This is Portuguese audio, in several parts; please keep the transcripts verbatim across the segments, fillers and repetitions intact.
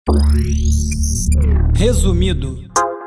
Resumido.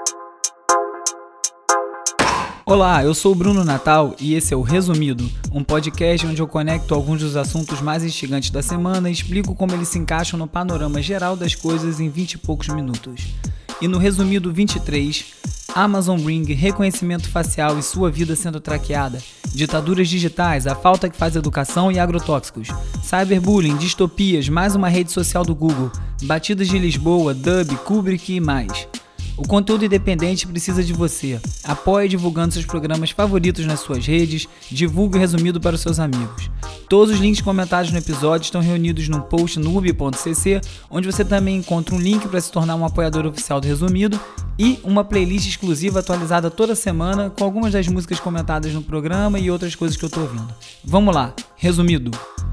Olá, eu sou o Bruno Natal e esse é o Resumido, um podcast onde eu conecto alguns dos assuntos mais instigantes da semana e explico como eles se encaixam no panorama geral das coisas em vinte e poucos minutos. E no Resumido vinte e três, Amazon Ring, reconhecimento facial e sua vida sendo traqueada, ditaduras digitais, a falta que faz educação e agrotóxicos, cyberbullying, distopias, mais uma rede social do Google, batidas de Lisboa, Dub, Kubrick e mais. O conteúdo independente precisa de você. Apoie divulgando seus programas favoritos nas suas redes, divulgue o Resumido para os seus amigos. Todos os links comentados no episódio estão reunidos num post no urb ponto c c, onde você também encontra um link para se tornar um apoiador oficial do Resumido e uma playlist exclusiva atualizada toda semana com algumas das músicas comentadas no programa e outras coisas que eu estou ouvindo. Vamos lá, Resumido!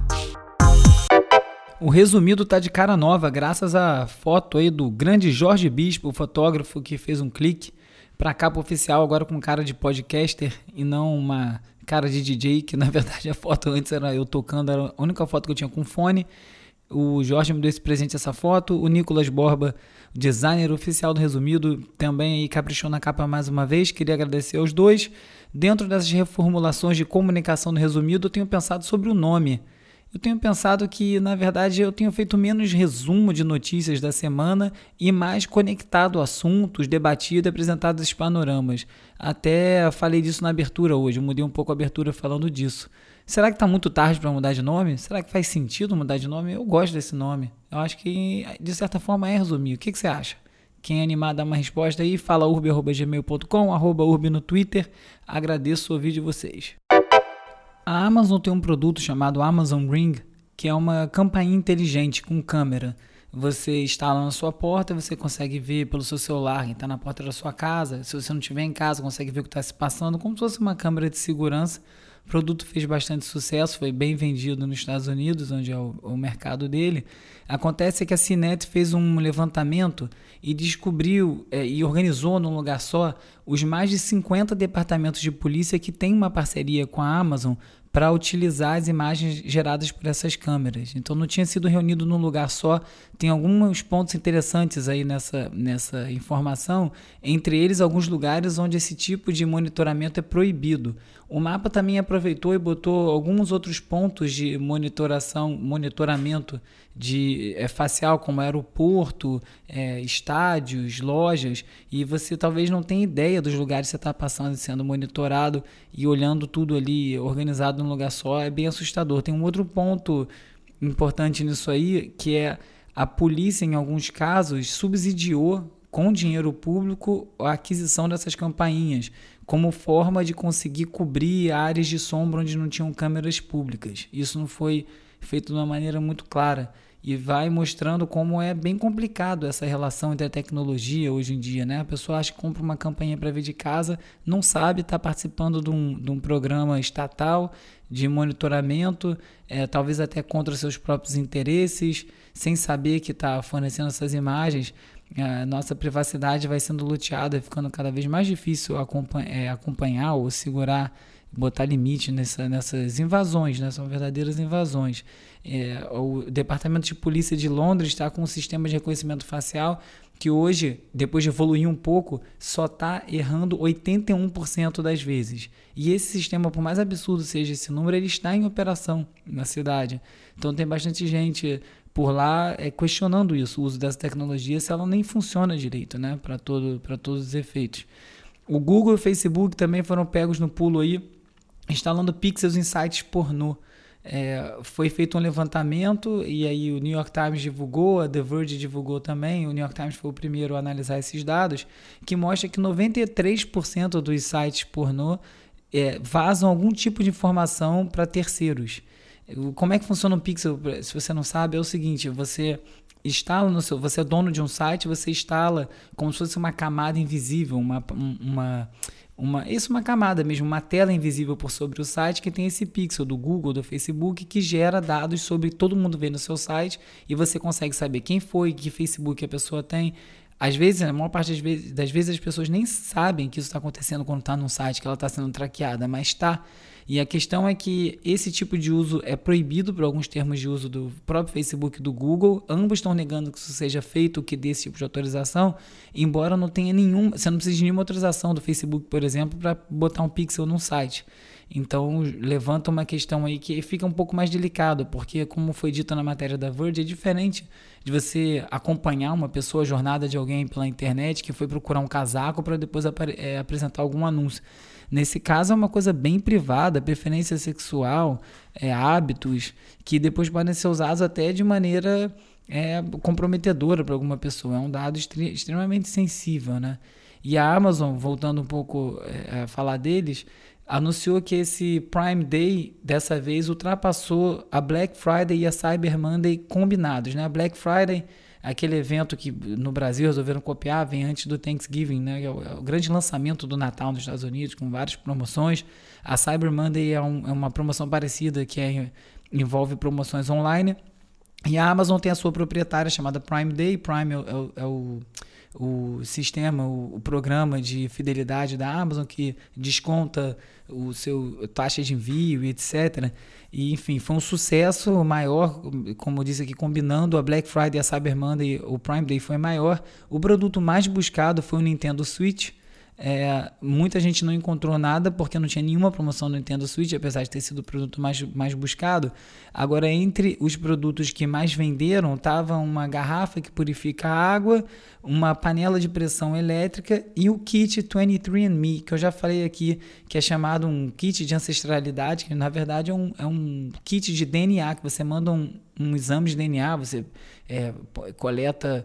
O Resumido tá de cara nova, graças à foto aí do grande Jorge Bispo, o fotógrafo que fez um clique pra capa oficial, agora com cara de podcaster e não uma cara de D J, que na verdade a foto antes era eu tocando, era a única foto que eu tinha com fone. O Jorge me deu esse presente, essa foto. O Nicolas Borba, designer oficial do Resumido, também aí caprichou na capa mais uma vez. Queria agradecer aos dois. Dentro dessas reformulações de comunicação do Resumido, eu tenho pensado sobre o nome. Eu tenho pensado que, na verdade, eu tenho feito menos resumo de notícias da semana e mais conectado assuntos, debatido e apresentado esses panoramas. Até falei disso na abertura hoje, eu mudei um pouco a abertura falando disso. Será que está muito tarde para mudar de nome? Será que faz sentido mudar de nome? Eu gosto desse nome. Eu acho que, de certa forma, é resumir. O que, que você acha? Quem é animado dá uma resposta aí, fala urb arroba gmail ponto com, arroba urb no Twitter. Agradeço ouvir de vocês. A Amazon tem um produto chamado Amazon Ring, que é uma campainha inteligente com câmera. Você instala na sua porta, você consegue ver pelo seu celular quem está na porta da sua casa. Se você não estiver em casa, consegue ver o que está se passando, como se fosse uma câmera de segurança. O produto fez bastante sucesso, foi bem vendido nos Estados Unidos, onde é o, o mercado dele. Acontece que a Cinet fez um levantamento e descobriu é, e organizou num lugar só os mais de cinquenta departamentos de polícia que têm uma parceria com a Amazon para utilizar as imagens geradas por essas câmeras. Então não tinha sido reunido num lugar só. Tem alguns pontos interessantes aí nessa, nessa informação, entre eles alguns lugares onde esse tipo de monitoramento é proibido. O mapa também aproveitou e botou alguns outros pontos de monitoração, monitoramento de, é, facial, como aeroporto, é, estádios, lojas, e você talvez não tenha ideia dos lugares que você está passando e sendo monitorado e olhando tudo ali organizado num lugar só, é bem assustador. Tem um outro ponto importante nisso aí, que é a polícia, em alguns casos, subsidiou com dinheiro público a aquisição dessas campainhas, como forma de conseguir cobrir áreas de sombra onde não tinham câmeras públicas. Isso não foi feito de uma maneira muito clara e vai mostrando como é bem complicado essa relação entre a tecnologia hoje em dia, né? A pessoa acha que compra uma campainha para ver de casa, não sabe, está participando de um, de um programa estatal de monitoramento, é, talvez até contra seus próprios interesses, sem saber que está fornecendo essas imagens. A nossa privacidade vai sendo luteada, ficando cada vez mais difícil acompanhar, é, acompanhar ou segurar, botar limite nessa, nessas invasões, né? São verdadeiras invasões. É, o Departamento de Polícia de Londres está com um sistema de reconhecimento facial que hoje, depois de evoluir um pouco, só está errando oitenta e um por cento das vezes. E esse sistema, por mais absurdo seja esse número, ele está em operação na cidade. Então tem bastante gente por lá é, questionando isso, o uso dessa tecnologia, se ela nem funciona direito, né, para todo, para todos os efeitos. O Google e o Facebook também foram pegos no pulo aí, instalando pixels em sites pornô. É, foi feito um levantamento e aí o New York Times divulgou, a The Verge divulgou também, o New York Times foi o primeiro a analisar esses dados, que mostra que noventa e três por cento dos sites pornô é, vazam algum tipo de informação para terceiros. Como é que funciona um pixel? Se você não sabe, é o seguinte, você instala no seu, você é dono de um site, você instala como se fosse uma camada invisível, uma, uma, uma, isso uma camada mesmo, uma tela invisível por sobre o site que tem esse pixel do Google, do Facebook, que gera dados sobre todo mundo vê no seu site e você consegue saber quem foi, que Facebook a pessoa tem. Às vezes, a maior parte das vezes, das vezes as pessoas nem sabem que isso está acontecendo quando está num site, que ela está sendo traqueada, mas está. E a questão é que esse tipo de uso é proibido por alguns termos de uso do próprio Facebook e do Google. Ambos estão negando que isso seja feito, que dê esse tipo de autorização, embora não tenha nenhum, você não precisa de nenhuma autorização do Facebook, por exemplo, para botar um pixel num site. Então, levanta uma questão aí que fica um pouco mais delicado, porque, como foi dito na matéria da Verge, é diferente de você acompanhar uma pessoa, a jornada de alguém pela internet que foi procurar um casaco para depois é, apresentar algum anúncio. Nesse caso, é uma coisa bem privada, preferência sexual, é, hábitos, que depois podem ser usados até de maneira é, comprometedora para alguma pessoa. É um dado extre- extremamente sensível, né? E a Amazon, voltando um pouco é, a falar deles, anunciou que esse Prime Day, dessa vez, ultrapassou a Black Friday e a Cyber Monday combinados, né? A Black Friday, aquele evento que no Brasil resolveram copiar, vem antes do Thanksgiving, né? É o, é o grande lançamento do Natal nos Estados Unidos, com várias promoções. A Cyber Monday é, um, é uma promoção parecida, que é, envolve promoções online. E a Amazon tem a sua proprietária chamada Prime Day. Prime é, é, é o... o sistema, o, o programa de fidelidade da Amazon que desconta o seu taxa de envio, etcétera. E, enfim, foi um sucesso maior, como eu disse aqui, combinando a Black Friday e a Cyber Monday, o Prime Day foi maior. O produto mais buscado foi o Nintendo Switch. É, muita gente não encontrou nada porque não tinha nenhuma promoção no Nintendo Switch, apesar de ter sido o produto mais, mais buscado. Agora, entre os produtos que mais venderam, estava uma garrafa que purifica a água, uma panela de pressão elétrica e o kit vinte e três and me, que eu já falei aqui, que é chamado um kit de ancestralidade, que na verdade é um, é um kit de D N A, que você manda um, um exame de D N A, você é, coleta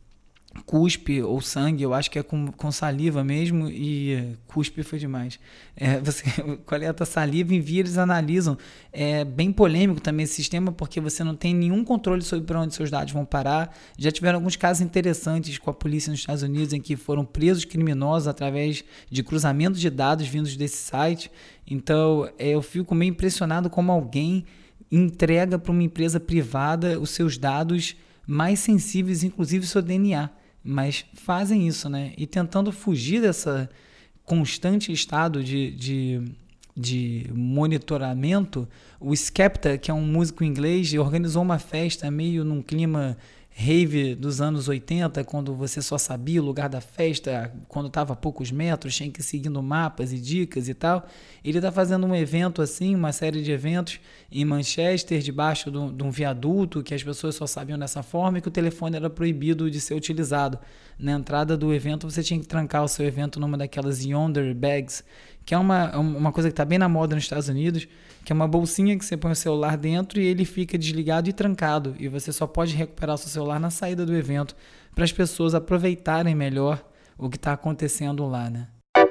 cuspe ou sangue, eu acho que é com, com saliva mesmo, e cuspe foi demais. É, você coleta saliva, envia, eles analisam. É bem polêmico também esse sistema, porque você não tem nenhum controle sobre para onde seus dados vão parar. Já tiveram alguns casos interessantes com a polícia nos Estados Unidos, em que foram presos criminosos através de cruzamento de dados vindos desse site. Então, é, eu fico meio impressionado como alguém entrega para uma empresa privada os seus dados mais sensíveis, inclusive seu D N A. Mas fazem isso, né? E tentando fugir dessa constante estado de, de, de monitoramento, o Skepta, que é um músico inglês, organizou uma festa meio num clima rave dos anos oitenta, quando você só sabia o lugar da festa, quando estava a poucos metros, tinha que ir seguindo mapas e dicas e tal. Ele está fazendo um evento assim, uma série de eventos em Manchester, debaixo de um, de um viaduto, que as pessoas só sabiam dessa forma, e que o telefone era proibido de ser utilizado. Na entrada do evento, você tinha que trancar o seu evento numa daquelas Yonder Bags, que é uma, uma coisa que está bem na moda nos Estados Unidos, que é uma bolsinha que você põe o celular dentro e ele fica desligado e trancado, e você só pode recuperar o seu celular na saída do evento, para as pessoas aproveitarem melhor o que está acontecendo lá, né?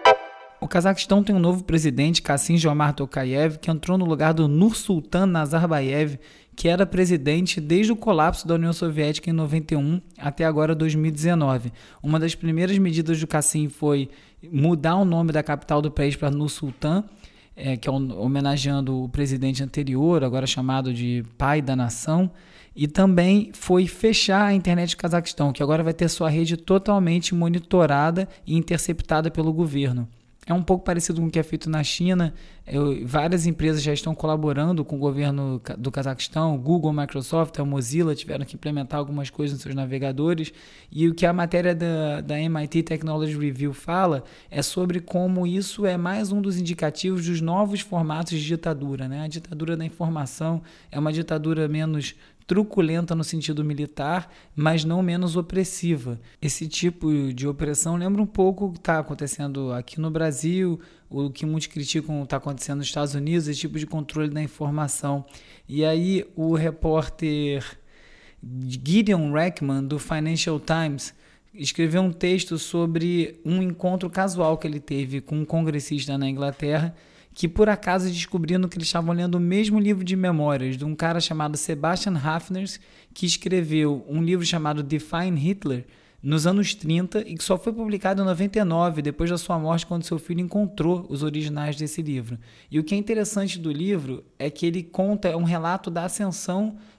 O Cazaquistão tem um novo presidente, Kassym-Jomart Tokayev, que entrou no lugar do Nursultan Nazarbayev, que era presidente desde o colapso da União Soviética em noventa e um até agora dois mil e dezenove. Uma das primeiras medidas do Kassym foi mudar o nome da capital do país para Nur-Sultan, é, que é homenageando o presidente anterior, agora chamado de pai da nação, e também foi fechar a internet do Cazaquistão, que agora vai ter sua rede totalmente monitorada e interceptada pelo governo. É um pouco parecido com o que é feito na China. Eu, várias empresas já estão colaborando com o governo do Cazaquistão. O Google, Microsoft, a Mozilla tiveram que implementar algumas coisas nos seus navegadores. E o que a matéria da, da M I T Technology Review fala é sobre como isso é mais um dos indicativos dos novos formatos de ditadura, né? A ditadura da informação é uma ditadura menos truculenta no sentido militar, mas não menos opressiva. Esse tipo de opressão lembra um pouco o que está acontecendo aqui no Brasil, o que muitos criticam está acontecendo nos Estados Unidos, esse tipo de controle da informação. E aí o repórter Gideon Rackman, do Financial Times, escreveu um texto sobre um encontro casual que ele teve com um congressista na Inglaterra, que por acaso descobrindo que eles estavam lendo o mesmo livro de memórias de um cara chamado Sebastian Hafners, que escreveu um livro chamado Define Hitler nos anos trinta e que só foi publicado em noventa e nove, depois da sua morte, quando seu filho encontrou os originais desse livro. E o que é interessante do livro é que ele conta um relato da ascensão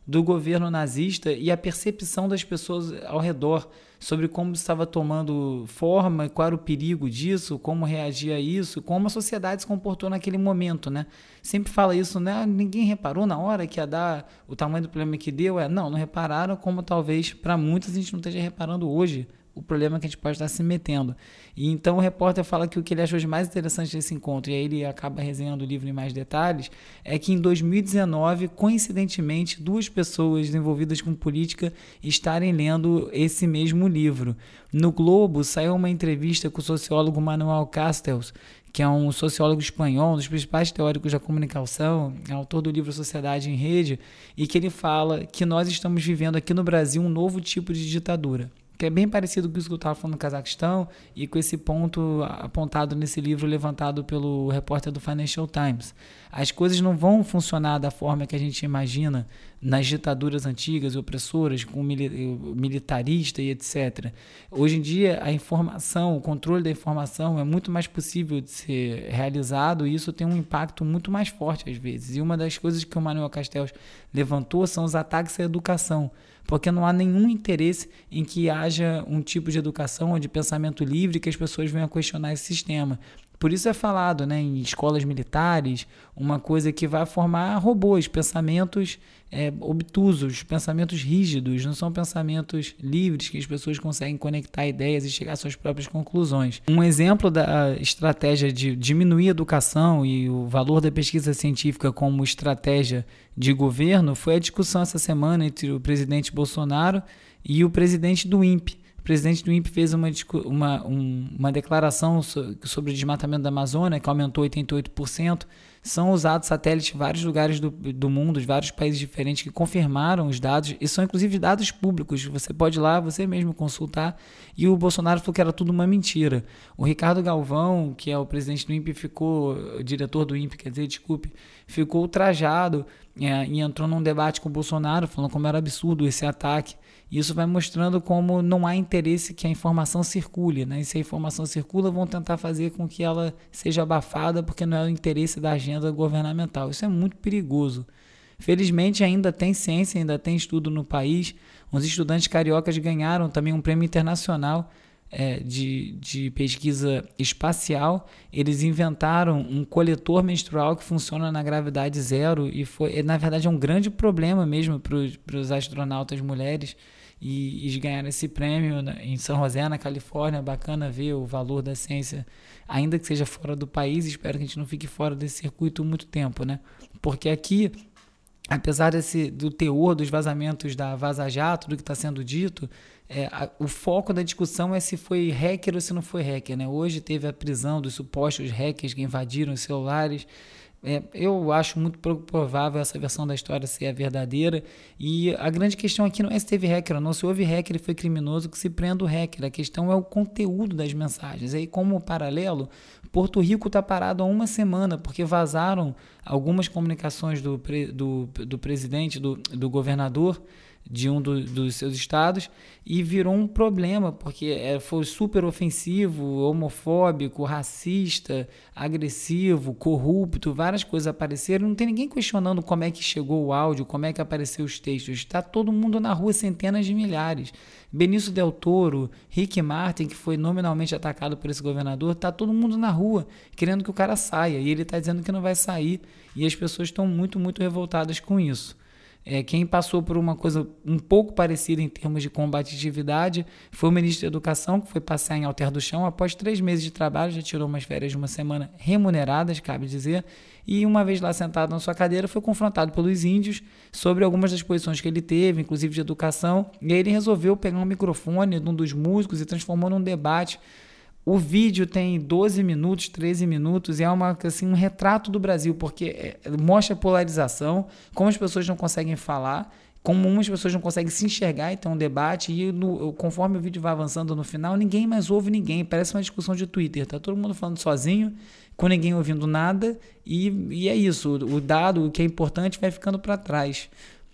do governo nazista e a percepção das pessoas ao redor sobre como estava tomando forma, qual era o perigo disso, como reagir a isso, como a sociedade se comportou naquele momento, né? Sempre fala isso, né? Ninguém reparou na hora que ia dar o tamanho do problema que deu. É, não, não repararam, como talvez para muitos a gente não esteja reparando hoje o problema que a gente pode estar se metendo. E então o repórter fala que o que ele achou de mais interessante desse encontro, e aí ele acaba resenhando o livro em mais detalhes, é que em dois mil e dezenove, coincidentemente, duas pessoas envolvidas com política estarem lendo esse mesmo livro. No Globo saiu uma entrevista com o sociólogo Manuel Castells, que é um sociólogo espanhol, um dos principais teóricos da comunicação, é autor do livro Sociedade em Rede, e que ele fala que nós estamos vivendo aqui no Brasil um novo tipo de ditadura, que é bem parecido com isso que eu estava falando no Cazaquistão e com esse ponto apontado nesse livro levantado pelo repórter do Financial Times. As coisas não vão funcionar da forma que a gente imagina nas ditaduras antigas e opressoras, com militarista e etcétera. Hoje em dia, a informação, o controle da informação é muito mais possível de ser realizado e isso tem um impacto muito mais forte às vezes. E uma das coisas que o Manuel Castells levantou são os ataques à educação, porque não há nenhum interesse em que haja um tipo de educação ou de pensamento livre que as pessoas venham a questionar esse sistema. Por isso é falado, né, em escolas militares, uma coisa que vai formar robôs, pensamentos é, obtusos, pensamentos rígidos, não são pensamentos livres que as pessoas conseguem conectar ideias e chegar às suas próprias conclusões. Um exemplo da estratégia de diminuir a educação e o valor da pesquisa científica como estratégia de governo foi a discussão essa semana entre o presidente Bolsonaro e o presidente do INPE. O presidente do INPE fez uma, uma, um, uma declaração sobre o desmatamento da Amazônia, que aumentou oitenta e oito por cento. São usados satélites em vários lugares do, do mundo, de vários países diferentes, que confirmaram os dados, e são inclusive dados públicos. Você pode ir lá, você mesmo consultar. E o Bolsonaro falou que era tudo uma mentira. O Ricardo Galvão, que é o presidente do INPE, ficou, o diretor do INPE, quer dizer, desculpe, ficou ultrajado é, e entrou num debate com o Bolsonaro, falando como era absurdo esse ataque. Isso vai mostrando como não há interesse que a informação circule, né? E se a informação circula, vão tentar fazer com que ela seja abafada, porque não é o interesse da agenda governamental. Isso é muito perigoso. Felizmente ainda tem ciência, ainda tem estudo no país. Uns estudantes cariocas ganharam também um prêmio internacional é, de, de pesquisa espacial. Eles inventaram um coletor menstrual que funciona na gravidade zero e foi, na verdade é um grande problema mesmo para os astronautas mulheres. E eles ganharam esse prêmio em São José, na Califórnia. Bacana ver o valor da ciência, ainda que seja fora do país. Espero que a gente não fique fora desse circuito muito tempo, né? Porque aqui, apesar desse, do teor dos vazamentos da Vaza Jato, do que está sendo dito, é, a, o foco da discussão é se foi hacker ou se não foi hacker, né? Hoje teve a prisão dos supostos hackers que invadiram os celulares. É, eu acho muito provável essa versão da história ser a verdadeira, e a grande questão aqui não é se teve hacker ou não. Se houve hacker e foi criminoso, que se prenda o hacker. A questão é o conteúdo das mensagens. Aí, como paralelo, Porto Rico está parado há uma semana porque vazaram algumas comunicações do, do, do presidente, do, do governador de um do, dos seus estados, e virou um problema, porque é, foi super ofensivo, homofóbico, racista, agressivo, corrupto, várias coisas apareceram. Não tem ninguém questionando como é que chegou o áudio, como é que apareceu os textos. Está todo mundo na rua, centenas de milhares. Benício Del Toro, Rick Martin, que foi nominalmente atacado por esse governador, está todo mundo na rua querendo que o cara saia, e ele está dizendo que não vai sair, e as pessoas estão muito, muito revoltadas com isso. É, quem passou por uma coisa um pouco parecida em termos de combatividade foi o ministro da Educação, que foi passear em Alter do Chão após três meses de trabalho, já tirou umas férias de uma semana remuneradas, cabe dizer, e uma vez lá sentado na sua cadeira foi confrontado pelos índios sobre algumas das posições que ele teve, inclusive de educação, e aí ele resolveu pegar um microfone de um dos músicos e transformou num debate. O vídeo tem doze minutos, treze minutos, e é uma, assim, um retrato do Brasil, porque é, mostra a polarização, como as pessoas não conseguem falar, como umas pessoas não conseguem se enxergar e ter um debate, e no, conforme o vídeo vai avançando no final, ninguém mais ouve ninguém, parece uma discussão de Twitter, tá todo mundo falando sozinho, com ninguém ouvindo nada, e, e é isso, o, o dado, o que é importante, vai ficando para trás.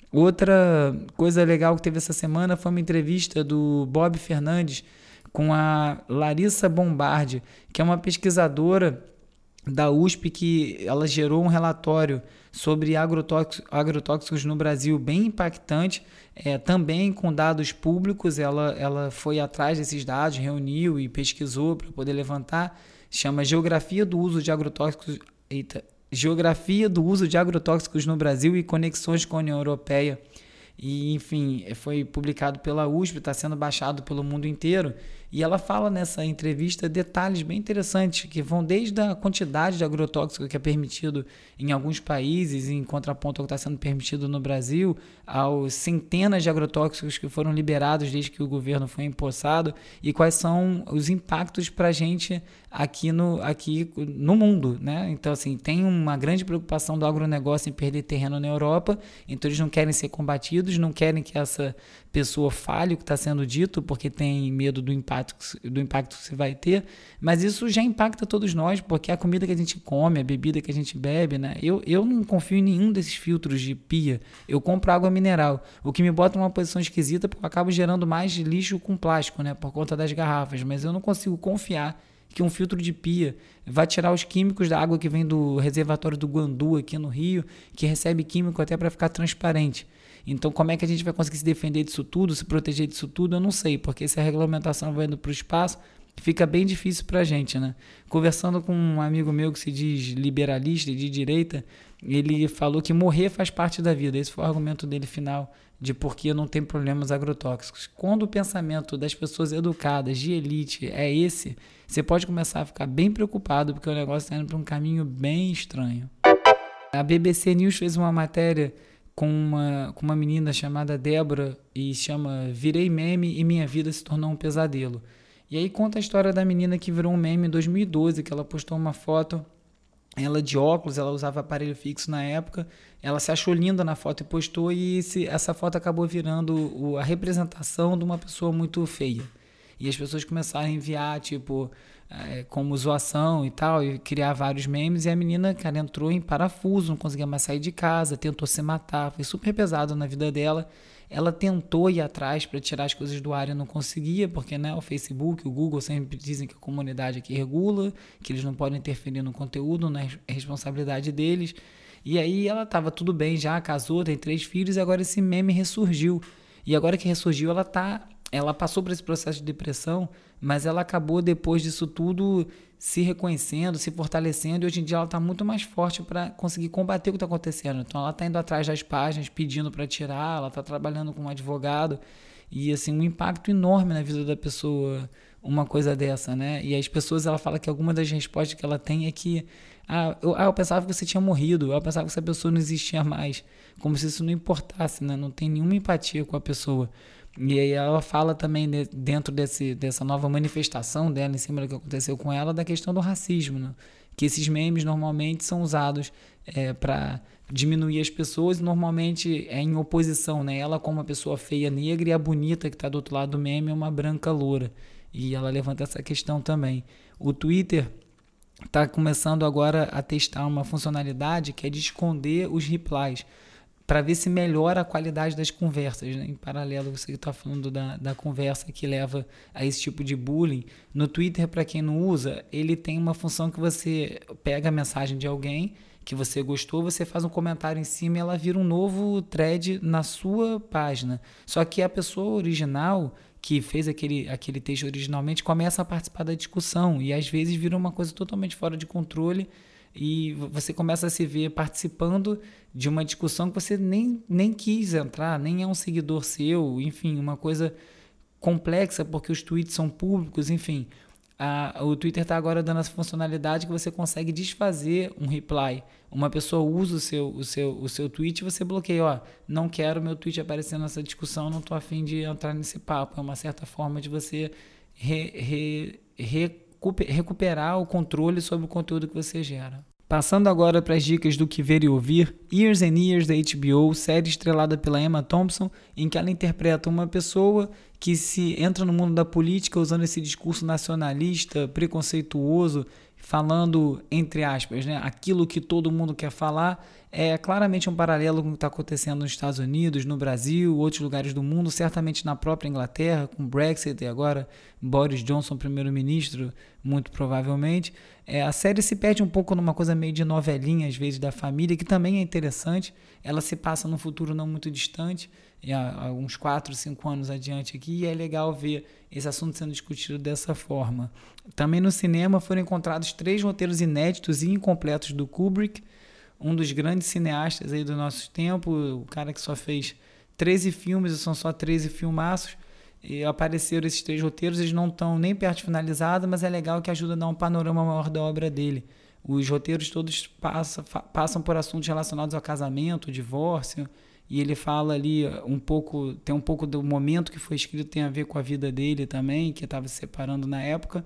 Outra coisa legal que teve essa semana foi uma entrevista do Bob Fernandes com a Larissa Bombardi, que é uma pesquisadora da U S P que ela gerou um relatório sobre agrotóxicos, agrotóxicos no Brasil bem impactante, é, também com dados públicos. Ela, ela foi atrás desses dados, reuniu e pesquisou para poder levantar. Chama Geografia do Uso de Agrotóxicos, eita, Geografia do Uso de Agrotóxicos no Brasil e Conexões com a União Europeia. E, enfim, foi publicado pela U S P, está sendo baixado pelo mundo inteiro. E ela fala nessa entrevista detalhes bem interessantes, que vão desde a quantidade de agrotóxico que é permitido em alguns países, em contraponto ao que está sendo permitido no Brasil, aos centenas de agrotóxicos que foram liberados desde que o governo foi empossado, e quais são os impactos para a gente aqui no, aqui no mundo, né? Então, assim, tem uma grande preocupação do agronegócio em perder terreno na Europa, então eles não querem ser combatidos, não querem que essa pessoa fale o que está sendo dito, porque tem medo do impacto, do impacto que você vai ter, mas isso já impacta todos nós, porque a comida que a gente come, a bebida que a gente bebe, né? Eu, eu não confio em nenhum desses filtros de pia, eu compro água mineral, o que me bota numa posição esquisita, porque eu acabo gerando mais lixo com plástico, né? Por conta das garrafas, mas eu não consigo confiar que um filtro de pia vai tirar os químicos da água que vem do reservatório do Guandu aqui no Rio, que recebe químico até para ficar transparente. Então, como é que a gente vai conseguir se defender disso tudo, se proteger disso tudo? Eu não sei, porque se a regulamentação vai indo para o espaço, fica bem difícil para a gente, né? Conversando com um amigo meu que se diz liberalista e de direita, ele falou que morrer faz parte da vida. Esse foi o argumento dele final de por que não tem problemas agrotóxicos. Quando o pensamento das pessoas educadas, de elite, é esse, você pode começar a ficar bem preocupado, porque o negócio está indo para um caminho bem estranho. A B B C News fez uma matéria com uma, com uma menina chamada Débora e chama Virei Meme e Minha Vida se Tornou um Pesadelo. E aí conta a história da menina que virou um meme em dois mil e doze, que ela postou uma foto, ela de óculos, ela usava aparelho fixo na época, ela se achou linda na foto e postou, e esse, essa foto acabou virando o, a representação de uma pessoa muito feia. E as pessoas começaram a enviar, tipo, é, como zoação e tal, e criar vários memes, e a menina, cara, entrou em parafuso, não conseguia mais sair de casa, tentou se matar, foi super pesado na vida dela. Ela tentou ir atrás para tirar as coisas do ar e não conseguia, porque, né, o Facebook, o Google sempre dizem que a comunidade aqui regula, que eles não podem interferir no conteúdo, não é responsabilidade deles. E aí ela estava tudo bem já, casou, tem três filhos, e agora esse meme ressurgiu. E agora que ressurgiu, ela tá... Ela passou por esse processo de depressão, mas ela acabou, depois disso tudo, se reconhecendo, se fortalecendo, e hoje em dia ela está muito mais forte para conseguir combater o que está acontecendo. Então ela está indo atrás das páginas, pedindo para tirar, ela está trabalhando com um advogado, e assim, um impacto enorme na vida da pessoa, uma coisa dessa, né? E as pessoas, ela fala que alguma das respostas que ela tem é que ah eu, ah, eu pensava que você tinha morrido, eu pensava que essa pessoa não existia mais, como se isso não importasse, né? Não tem nenhuma empatia com a pessoa. E aí ela fala também de, dentro desse, dessa nova manifestação dela, em cima do que aconteceu com ela, da questão do racismo, né? Que esses memes normalmente são usados é, para diminuir as pessoas, e normalmente é em oposição, né? Ela como uma pessoa feia negra, e a bonita que está do outro lado do meme é uma branca loura. E ela levanta essa questão também. O Twitter está começando agora a testar uma funcionalidade que é de esconder os replies, para ver se melhora a qualidade das conversas, né? Em paralelo, você está falando da, da conversa que leva a esse tipo de bullying. No Twitter, para quem não usa, ele tem uma função que você pega a mensagem de alguém que você gostou, você faz um comentário em cima e ela vira um novo thread na sua página. Só que a pessoa original, que fez aquele, aquele texto originalmente, começa a participar da discussão, e às vezes vira uma coisa totalmente fora de controle, e você começa a se ver participando de uma discussão que você nem, nem quis entrar, nem é um seguidor seu, enfim, uma coisa complexa, porque os tweets são públicos, enfim. A, o Twitter está agora dando essa funcionalidade que você consegue desfazer um reply. Uma pessoa usa o seu, o seu, o seu tweet e você bloqueia, ó, não quero meu tweet aparecendo nessa discussão, não estou afim de entrar nesse papo. É uma certa forma de você re, re, re, recuperar o controle sobre o conteúdo que você gera. Passando agora para as dicas do que ver e ouvir, Years and Years da H B O, série estrelada pela Emma Thompson, em que ela interpreta uma pessoa que se entra no mundo da política usando esse discurso nacionalista, preconceituoso, falando, entre aspas, né, aquilo que todo mundo quer falar. É claramente um paralelo com o que está acontecendo nos Estados Unidos, no Brasil, outros lugares do mundo, certamente na própria Inglaterra, com o Brexit e agora Boris Johnson, primeiro-ministro, muito provavelmente. É, a série se perde um pouco numa coisa meio de novelinha, às vezes, da família, que também é interessante. Ela se passa num futuro não muito distante, há, há uns quatro, cinco anos adiante aqui, e é legal ver esse assunto sendo discutido dessa forma. Também no cinema foram encontrados três roteiros inéditos e incompletos do Kubrick, um dos grandes cineastas aí do nosso tempo, o cara que só fez treze filmes, e são só treze filmaços, e apareceram esses três roteiros, eles não estão nem perto de finalizados, mas é legal que ajuda a dar um panorama maior da obra dele. Os roteiros todos passam, passam por assuntos relacionados ao casamento, divórcio, e ele fala ali um pouco, tem um pouco do momento que foi escrito, tem a ver com a vida dele também, que estava se separando na época.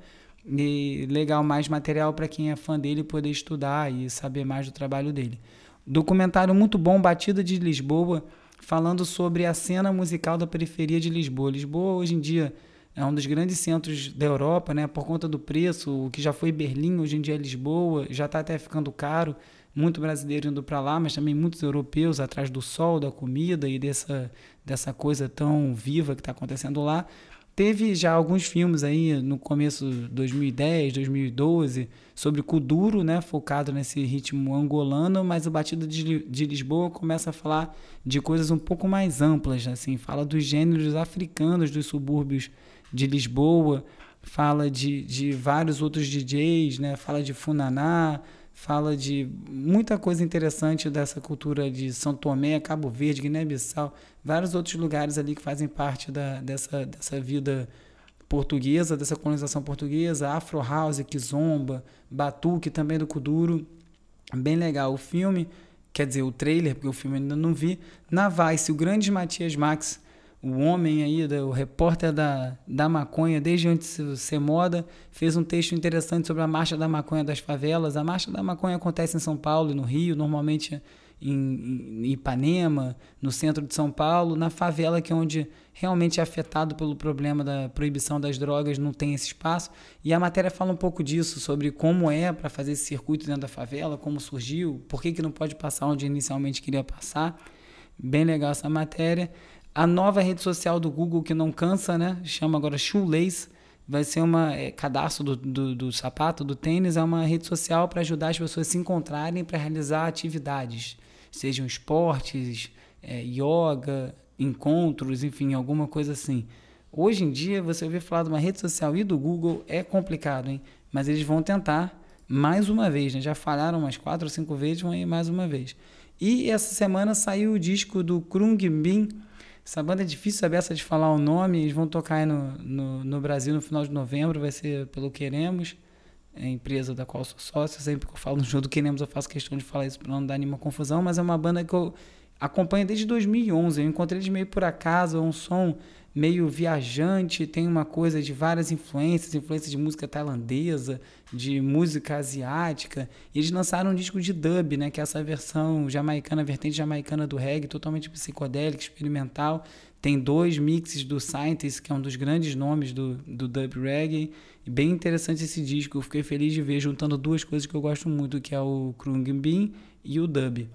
E legal, mais material para quem é fã dele poder estudar e saber mais do trabalho dele. Documentário muito bom, Batida de Lisboa, falando sobre a cena musical da periferia de Lisboa. Lisboa hoje em dia é um dos grandes centros da Europa, né, por conta do preço, o que já foi Berlim, hoje em dia é Lisboa, já está até ficando caro, muito brasileiro indo para lá, mas também muitos europeus atrás do sol, da comida e dessa, dessa coisa tão viva que está acontecendo lá. Teve já alguns filmes aí no começo de dois mil e dez, dois mil e doze, sobre Kuduro, né, focado nesse ritmo angolano, mas o Batida de Lisboa começa a falar de coisas um pouco mais amplas, assim, fala dos gêneros africanos dos subúrbios de Lisboa, fala de, de vários outros D Js, né, fala de Funaná, fala de muita coisa interessante dessa cultura de São Tomé, Cabo Verde, Guiné-Bissau, vários outros lugares ali que fazem parte da, dessa, dessa vida portuguesa, dessa colonização portuguesa, Afro House, Kizomba, Batuque, também do Kuduro, bem legal o filme, quer dizer, o trailer, porque o filme ainda não vi. Na Vice, o grande Matias Max, o homem aí, o repórter da, da maconha, desde antes de ser moda, fez um texto interessante sobre a Marcha da Maconha das Favelas. A Marcha da Maconha acontece em São Paulo e no Rio, normalmente em, em Ipanema, no centro de São Paulo. Na favela, que é onde realmente é afetado pelo problema da proibição das drogas, não tem esse espaço. E a matéria fala um pouco disso, sobre como é para fazer esse circuito dentro da favela, como surgiu, por que, que não pode passar onde inicialmente queria passar. Bem legal essa matéria. A nova rede social do Google, que não cansa, né? Chama agora Shoelace, vai ser uma é, cadastro do, do, do sapato, do tênis, é uma rede social para ajudar as pessoas a se encontrarem para realizar atividades, sejam esportes, é, yoga, encontros, enfim, alguma coisa assim. Hoje em dia, você ouvir falar de uma rede social e do Google é complicado, hein? Mas eles vão tentar mais uma vez, né? Já falharam umas quatro ou cinco vezes, vão ir mais uma vez. E essa semana saiu o disco do Khruangbin. Essa banda é difícil saber essa de falar o nome, eles vão tocar aí no, no, no Brasil no final de novembro, vai ser pelo Queremos, é a empresa da qual eu sou sócio. Sempre que eu falo no show do Queremos eu faço questão de falar isso para não dar nenhuma confusão, mas é uma banda que eu acompanho desde dois mil e onze, eu encontrei eles meio por acaso, é um som meio viajante, tem uma coisa de várias influências, influências de música tailandesa, de música asiática, e eles lançaram um disco de dub, né, que é essa versão jamaicana, vertente jamaicana do reggae, totalmente psicodélica, experimental. Tem dois mixes do Scientist, que é um dos grandes nomes do, do dub reggae, e bem interessante esse disco, eu fiquei feliz de ver, juntando duas coisas que eu gosto muito, que é o Khruangbin e o dub.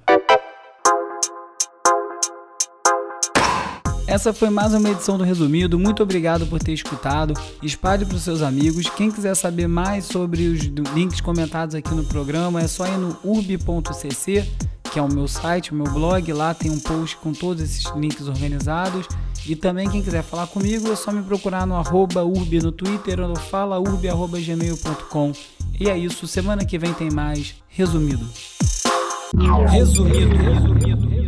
Essa foi mais uma edição do Resumido, muito obrigado por ter escutado, espalhe para os seus amigos. Quem quiser saber mais sobre os links comentados aqui no programa, é só ir no urb ponto c c, que é o meu site, o meu blog, lá tem um post com todos esses links organizados. E também quem quiser falar comigo, é só me procurar no arroba urb no Twitter ou no falaurb arroba gmail ponto com. E é isso, semana que vem tem mais Resumido. Resumido, resumido.